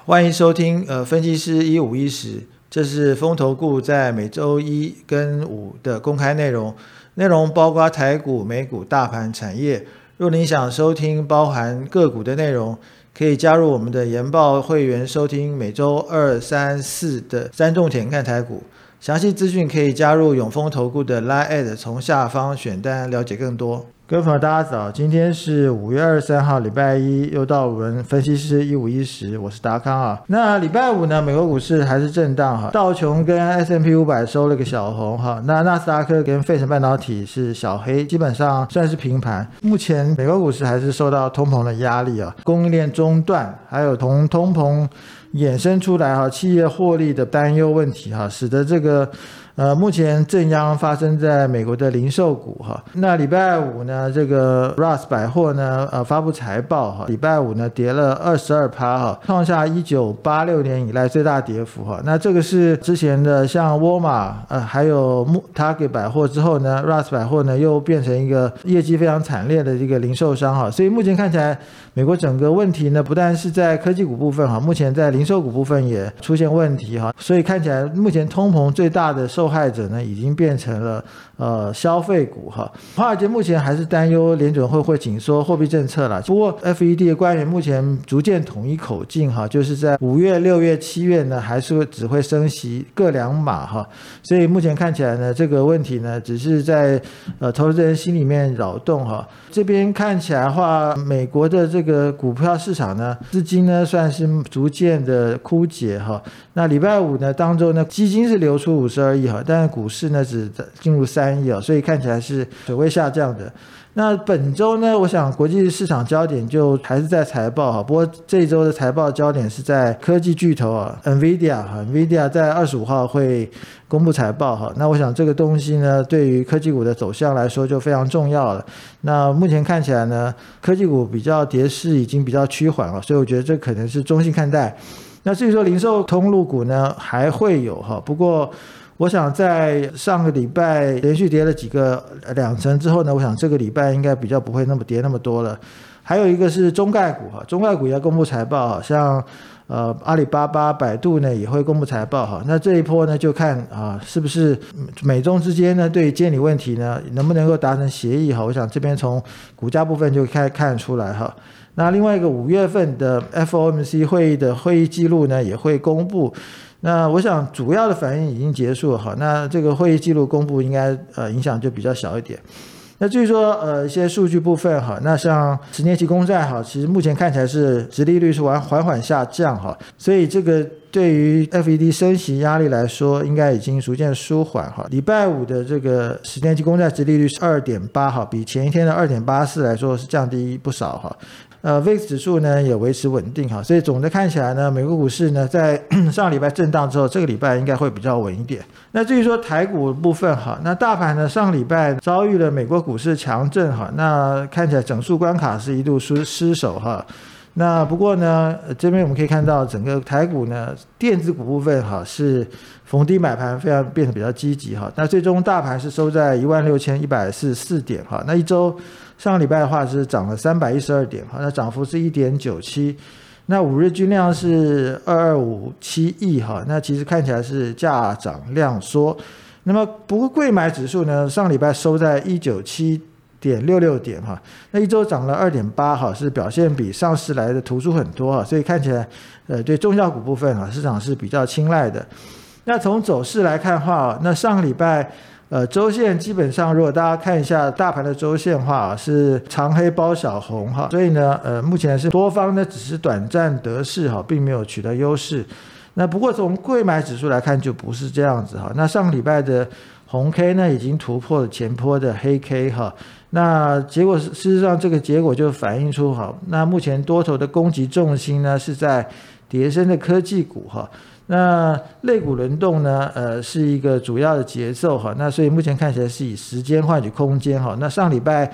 欢迎收听分析师1510，这是风投顾在每周一跟五的公开内容，内容包括台股、美股、大盘、产业。若你想收听包含个股的内容，可以加入我们的研报会员收听每周2、3、4的3重点看台股。详细资讯可以加入永丰投顾的 LINE@ 从下方选单了解更多。各位朋友大家早，今天是5月23号礼拜一，又到我们分析师1510，我是达康啊。那礼拜五呢，美国股市还是震荡哈，道琼跟 S&P 500收了个小红哈，那纳斯达克跟费城半导体是小黑，基本上算是平盘。目前美国股市还是受到通膨的压力啊，供应链中断，还有从通膨衍生出来哈，企业获利的担忧问题哈，使得这个目前震央发生在美国的零售股哈。那礼拜五呢，这个 Ross 百货呢发布财报哈，礼拜五呢跌了22%哈，创下1986年以来最大跌幅哈。那这个是之前的像沃尔玛还有 Target 百货之后呢 ，Ross 百货呢又变成一个业绩非常惨烈的一个零售商哈。所以目前看起来，美国整个问题呢不但是在科技股部分哈，目前在零售股部分也出现问题哈。所以看起来目前通膨最大的受害者呢已经变成了消费股哈。华尔街目前还是担忧联准会会紧缩货币政策啦，不过 FED 的官员目前逐渐统一口径哈，就是在5月、6月、7月呢还是只会升息各2码哈。所以目前看起来呢，这个问题呢只是在投资人心里面扰动哈。这边看起来的话，美国的这个股票市场呢资金呢算是逐渐的枯竭哈。那礼拜五呢当中呢基金是流出52亿哈，但是股市呢只进入3亿啊，所以看起来是水位下降的。那本周呢，我想国际市场焦点就还是在财报哈，不过这一周的财报焦点是在科技巨头啊 ，NVIDIA 在25号会公布财报哈。那我想这个东西呢，对于科技股的走向来说就非常重要了。那目前看起来呢，科技股比较跌势已经比较趋缓了，所以我觉得这可能是中性看待。那至于说零售通路股呢，还会有哈，不过我想在上个礼拜连续跌了几个2成之后呢，我想这个礼拜应该比较不会那么跌那么多了。还有一个是中概股哈，中概股也要公布财报哈，像阿里巴巴、百度呢也会公布财报哈。那这一波呢就看是不是美中之间呢对于监理问题呢能不能够达成协议哈。我想这边从股价部分就看出来哈。那另外一个5月份的 FOMC 会议的会议记录呢也会公布。那我想主要的反应已经结束了哈，那这个会议记录公布应该影响就比较小一点。那至于说一些数据部分哈，那像10年期公债哈，其实目前看起来是殖利率是缓缓下降哈，所以这个对于 FED 升息压力来说应该已经逐渐舒缓哈。礼拜五的这个10年期公债殖利率是 2.8 哈，比前一天的 2.84 来说是降低不少哈。VIX 指数呢也维持稳定哈，所以总的看起来呢，美国股市呢在上礼拜震荡之后，这个礼拜应该会比较稳一点。那至于说台股的部分哈，那大盘呢上礼拜遭遇了美国股市强震哈，那看起来整数关卡是一度失守哈。那不过呢，这边我们可以看到整个台股呢，电子股部分哈是逢低买盘非常变得比较积极哈。那最终大盘是收在16144点哈。那一周上礼拜的话是涨了312点哈，那涨幅是 1.97。那5日均量是2257亿哈，那其实看起来是价涨量缩。那么不过贵买指数呢，上礼拜收在197.66点哈，那一周涨了 2.8 哈，是表现比上市来的突出很多哈，所以看起来对中小股部分市场是比较青睐的。那从走势来看的话，那上个礼拜周线基本上如果大家看一下大盘的周线的话是长黑包小红哈，所以呢目前是多方呢只是短暂得势哈，并没有取得优势。那不过从贵买指数来看就不是这样子哈，那上个礼拜的红 K 呢已经突破了前波的黑 K 哈，那结果事实上这个结果就反映出哈，那目前多头的攻击重心呢是在跌升的科技股哈。那类股轮动呢是一个主要的节奏哈，那所以目前看起来是以时间换取空间哈。那上礼拜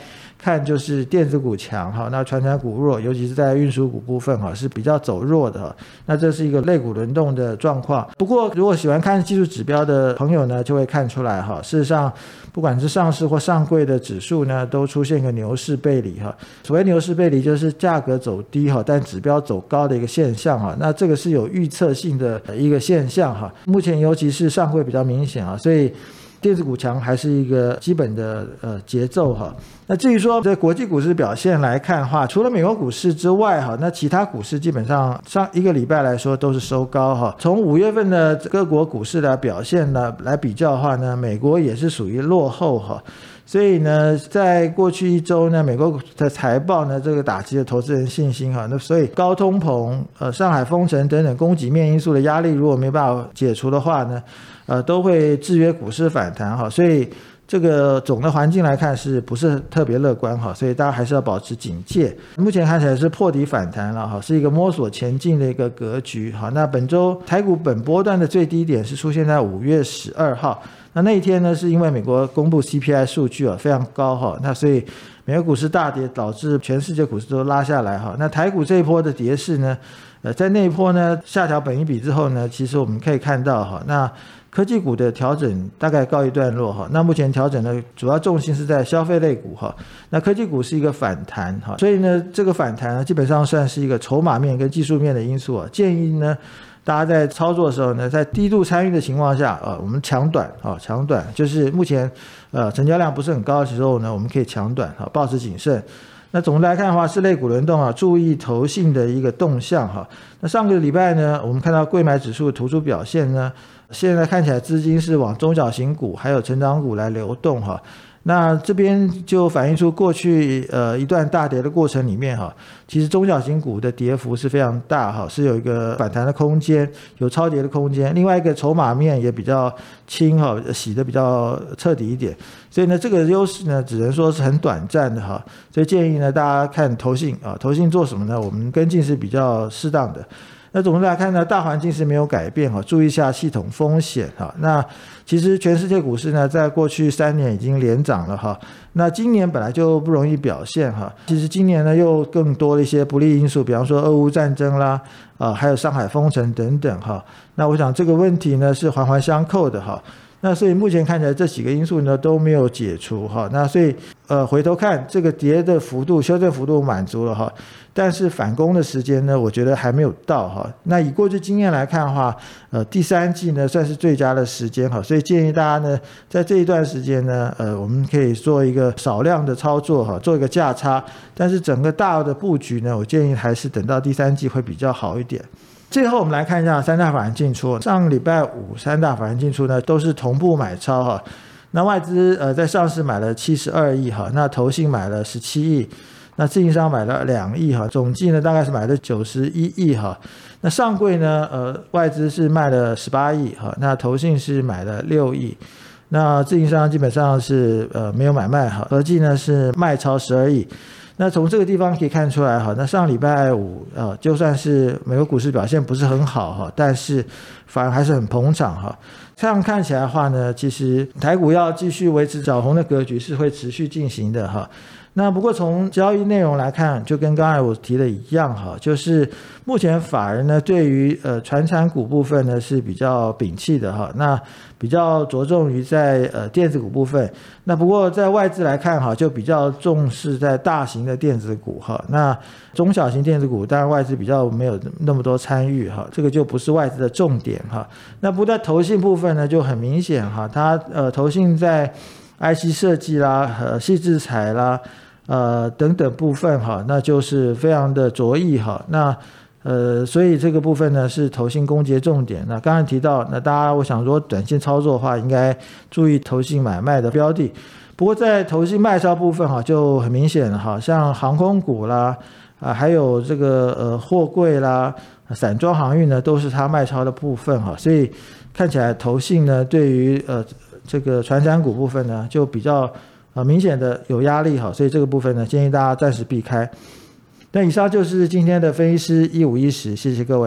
看就是电子股强哈，那传产股弱，尤其是在运输股部分哈是比较走弱的哈，那这是一个类股轮动的状况。不过如果喜欢看技术指标的朋友呢，就会看出来哈，事实上不管是上市或上柜的指数呢，都出现一个牛市背离哈。所谓牛市背离就是价格走低哈，但指标走高的一个现象哈。那这个是有预测性的一个现象哈。目前尤其是上柜比较明显啊，所以电子股强还是一个基本的节奏哈。那至于说在国际股市表现来看的话，除了美国股市之外哈，那其他股市基本上上一个礼拜来说都是收高哈。从5月份的各国股市的表现呢来比较的话呢，美国也是属于落后哈。所以呢，在过去一周呢，美国的财报呢，这个打击了投资人信心哈。那所以高通膨、上海封城等等供给面因素的压力，如果没办法解除的话呢，都会制约股市反弹哈。所以这个总的环境来看是不是特别乐观哈？所以大家还是要保持警戒。目前看起来是破底反弹了哈，是一个摸索前进的一个格局哈。那本周台股本波段的最低点是出现在5月12号。那一天呢，是因为美国公布 CPI 数据非常高哈，那所以美国股市大跌，导致全世界股市都拉下来哈。那台股这一波的跌势呢，在那一波呢下调本益比之后呢，其实我们可以看到哈，那科技股的调整大概告一段落哈。那目前调整的主要重心是在消费类股哈，那科技股是一个反弹哈，所以呢这个反弹呢基本上算是一个筹码面跟技术面的因素建议呢大家在操作的时候呢，在低度参与的情况下，我们抢短就是目前成交量不是很高的时候呢，我们可以抢短保持谨慎。那总的来看的话，是类股轮动注意投信的一个动向哈。那上个礼拜呢，我们看到柜买指数的突出表现呢，现在看起来资金是往中小型股还有成长股来流动哈。那这边就反映出过去一段大跌的过程里面哈，其实中小型股的跌幅是非常大哈，是有一个反弹的空间，有超跌的空间。另外一个筹码面也比较轻哈，洗得比较彻底一点，所以呢这个优势呢只能说是很短暂的哈。所以建议呢大家看投信投信做什么呢？我们跟进是比较适当的。那总的来看呢，大环境是没有改变注意一下系统风险那其实全世界股市呢，在过去3年已经连涨了那今年本来就不容易表现其实今年呢又更多了一些不利因素，比方说俄乌战争啦还有上海封城等等那我想这个问题呢是环环相扣的那所以目前看起来这几个因素呢都没有解除那所以回头看这个跌的幅度修正幅度满足了但是反攻的时间呢我觉得还没有到那以过去经验来看的话第3季呢算是最佳的时间所以建议大家呢在这一段时间呢我们可以做一个少量的操作做一个价差，但是整个大的布局呢我建议还是等到第3季会比较好一点。最后我们来看一下三大法人进出，上礼拜五三大法人进出呢都是同步买超那外资在上市买了72亿那投信买了17亿，那自营商买了2亿总计呢大概是买了91亿那上柜呢外资是卖了18亿那投信是买了6亿，那自营商基本上是没有买卖合计呢是卖超12亿。那从这个地方可以看出来那上礼拜五就算是美国股市表现不是很好但是反而还是很捧场这样看起来的话呢，其实台股要继续维持小红的格局是会持续进行的那不过从交易内容来看，就跟刚才我提的一样就是目前法人呢对于传产股部分呢是比较摒弃的那比较着重于在电子股部分。那不过在外资来看就比较重视在大型的电子股那中小型电子股当然外资比较没有那么多参与这个就不是外资的重点那不过在投信部分呢就很明显它投信在 IC 设计啦矽智财啦等等部分那就是非常的着意那所以这个部分呢是投信攻击重点。那刚才提到那大家我想说短线操作的话应该注意投信买卖的标的。不过在投信卖超部分就很明显了像航空股啦还有这个货柜啦散装航运呢都是它卖超的部分所以看起来投信呢对于这个传产股部分呢就比较明显的有压力所以这个部分呢建议大家暂时避开。那以上就是今天的分析师一五一十，谢谢各位。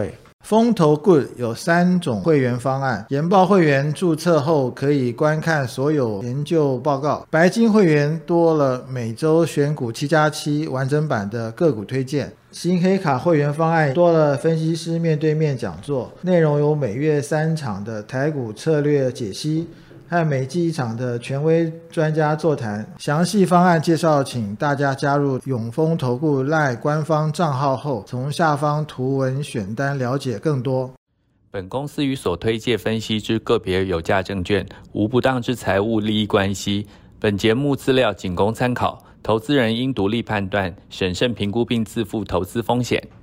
风投 Good 有3种会员方案，研报会员注册后可以观看所有研究报告，白金会员多了每周选股7+7完整版的个股推荐，新黑卡会员方案多了分析师面对面讲座，内容有每月3场的台股策略解析和每季1场的权威专家座谈。详细方案介绍请大家加入永丰投顾 LINE 官方账号后，从下方图文选单了解更多。 本公司与所推介分析之个别有价证券无不当之财务利益关系。本节目资料仅供参考，投资人应独立判断、审慎评估并自负投资风险。